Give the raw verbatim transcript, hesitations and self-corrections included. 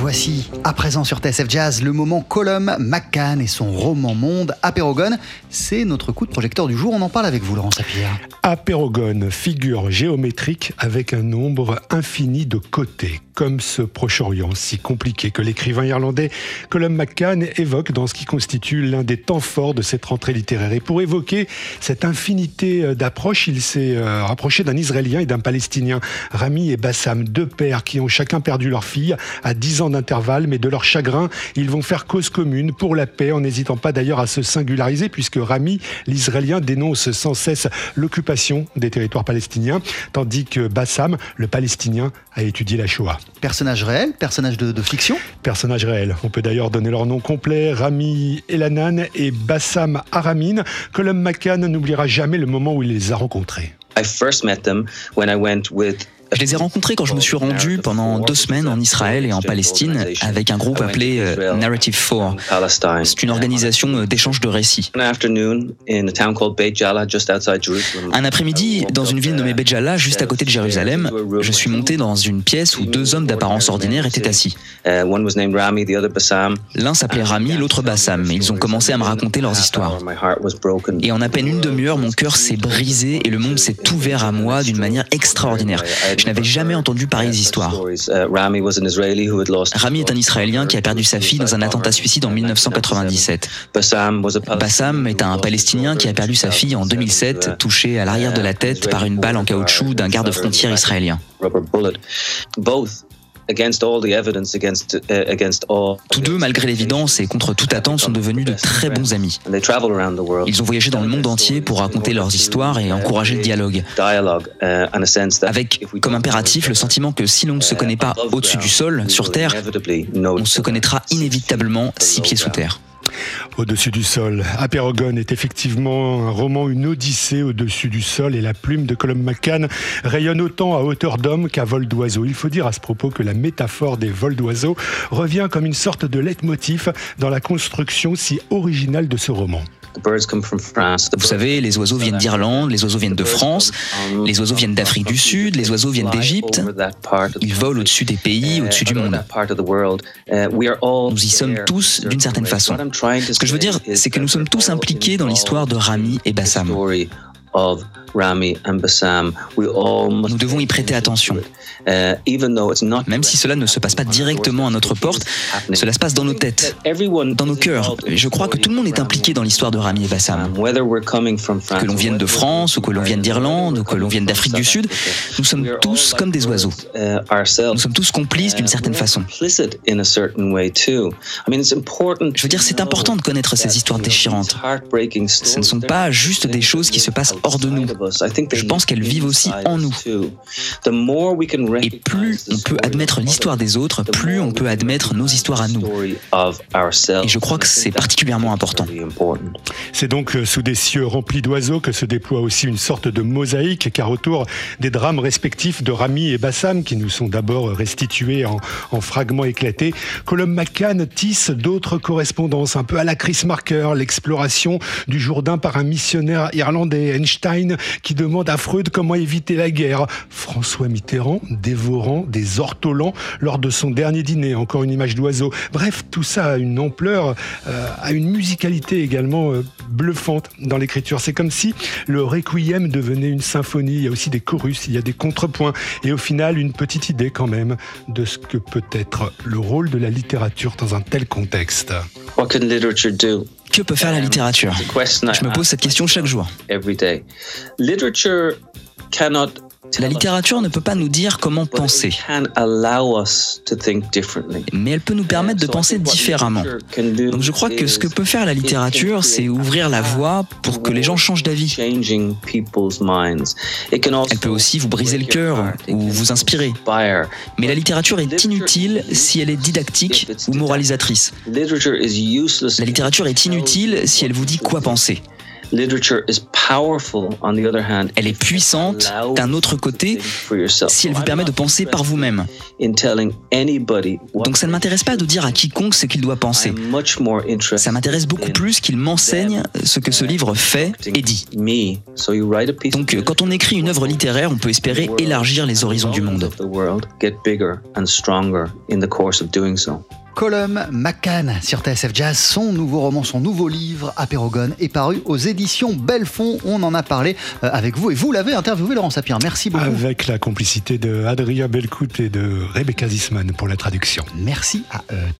voici, à présent sur T S F Jazz, le moment Colum McCann et son roman monde Apeirogon. C'est notre coup de projecteur du jour, on en parle avec vous Laurent Sapir. Apeirogon, figure géométrique avec un nombre infini de côtés, comme ce Proche-Orient si compliqué que l'écrivain irlandais Colum McCann évoque dans ce qui constitue l'un des temps forts de cette rentrée littéraire. Et pour évoquer cette infinité d'approches, il s'est rapproché d'un Israélien et d'un Palestinien, Rami et Bassam, deux pères qui ont chacun perdu leur fille à dix ans d'intervalle, mais de leur chagrin, ils vont faire cause commune pour la paix, en n'hésitant pas d'ailleurs à se singulariser, puisque Rami, l'Israélien, dénonce sans cesse l'occupation des territoires palestiniens, tandis que Bassam, le Palestinien, a étudié la Shoah. Personnage réel, personnage de, de fiction ? Personnage réel. On peut d'ailleurs donner leur nom complet, Rami Elanan et Bassam Aramin. Colum McCann n'oubliera jamais le moment où il les a rencontrés. I first met them when I went with Je les ai rencontrés quand je me suis rendu pendant deux semaines en Israël et en Palestine avec un groupe appelé euh, Narrative four. C'est une organisation d'échange de récits. Un après-midi, dans une ville nommée Beit Jala, juste à côté de Jérusalem, je suis monté dans une pièce où deux hommes d'apparence ordinaire étaient assis. L'un s'appelait Rami, l'autre Bassam. Ils ont commencé à me raconter leurs histoires. Et en à peine une demi-heure, mon cœur s'est brisé et le monde s'est ouvert à moi d'une manière extraordinaire. Je n'avais jamais entendu pareilles histoires. Rami est un Israélien qui a perdu sa fille dans un attentat suicide en dix-neuf cent quatre-vingt-dix-sept. Bassam est un Palestinien qui a perdu sa fille en deux mille sept, touché à l'arrière de la tête par une balle en caoutchouc d'un garde-frontière israélien. Tous deux, malgré l'évidence et contre toute attente, sont devenus de très bons amis. Ils ont voyagé dans le monde entier pour raconter leurs histoires et encourager le dialogue. Avec comme impératif le sentiment que si l'on ne se connaît pas au-dessus du sol, sur Terre, on se connaîtra inévitablement six pieds sous terre. Au-dessus du sol. Apeirogon est effectivement un roman, une odyssée au-dessus du sol, et la plume de Colum McCann rayonne autant à hauteur d'homme qu'à vol d'oiseau. Il faut dire à ce propos que la métaphore des vols d'oiseaux revient comme une sorte de leitmotiv dans la construction si originale de ce roman. Vous savez, les oiseaux viennent d'Irlande, les oiseaux viennent de France, les oiseaux viennent d'Afrique du Sud, les oiseaux viennent d'Égypte. Ils volent au-dessus des pays, au-dessus du monde. Nous y sommes tous d'une certaine façon. Ce que je veux dire, c'est que nous sommes tous impliqués dans l'histoire de Rami et Bassam. Nous devons y prêter attention. Même si cela ne se passe pas directement à notre porte, cela se passe dans nos têtes, dans nos cœurs. Je crois que tout le monde est impliqué dans l'histoire de Rami et Bassam. Que l'on vienne de France, ou que l'on vienne d'Irlande, ou que l'on vienne d'Afrique du Sud, nous sommes tous comme des oiseaux. Nous sommes tous complices d'une certaine façon. Je veux dire, c'est important de connaître ces histoires déchirantes. Ce ne sont pas juste des choses qui se passent hors de nous. Je pense qu'elles vivent aussi en nous. Et plus on peut admettre l'histoire des autres, plus on peut admettre nos histoires à nous. Et je crois que c'est particulièrement important. C'est donc sous des cieux remplis d'oiseaux que se déploie aussi une sorte de mosaïque, car autour des drames respectifs de Rami et Bassam, qui nous sont d'abord restitués en, en fragments éclatés, Colum McCann tisse d'autres correspondances, un peu à la Chris Marker, l'exploration du Jourdain par un missionnaire irlandais, Einstein, qui demande à Freud comment éviter la guerre, François Mitterrand dévorant des ortolans lors de son dernier dîner, encore une image d'oiseau. Bref, tout ça a une ampleur, euh, a une musicalité également euh, bluffante dans l'écriture. C'est comme si le requiem devenait une symphonie. Il y a aussi des chorus, il y a des contrepoints, et au final, une petite idée quand même de ce que peut être le rôle de la littérature dans un tel contexte. What can literature do? Que peut faire la littérature ? Je me pose cette question chaque jour. La littérature ne peut pas nous dire comment penser, mais elle peut nous permettre de penser différemment. Donc je crois que ce que peut faire la littérature, c'est ouvrir la voie pour que les gens changent d'avis. Elle peut aussi vous briser le cœur ou vous inspirer. Mais la littérature est inutile si elle est didactique ou moralisatrice. La littérature est inutile si elle vous dit quoi penser. Elle est puissante, d'un autre côté, si elle vous permet de penser par vous-même. Donc ça ne m'intéresse pas de dire à quiconque ce qu'il doit penser. Ça m'intéresse beaucoup plus qu'il m'enseigne ce que ce livre fait et dit. Donc quand on écrit une œuvre littéraire, on peut espérer élargir les horizons du monde. Colum McCann sur T S F Jazz, son nouveau roman, son nouveau livre, Apeirogon, est paru aux éditions Belfond. On en a parlé avec vous et vous l'avez interviewé, Laurent Sapir. Merci beaucoup. Avec la complicité de Adrien Belcout et de Rebecca Zisman pour la traduction. Merci à eux.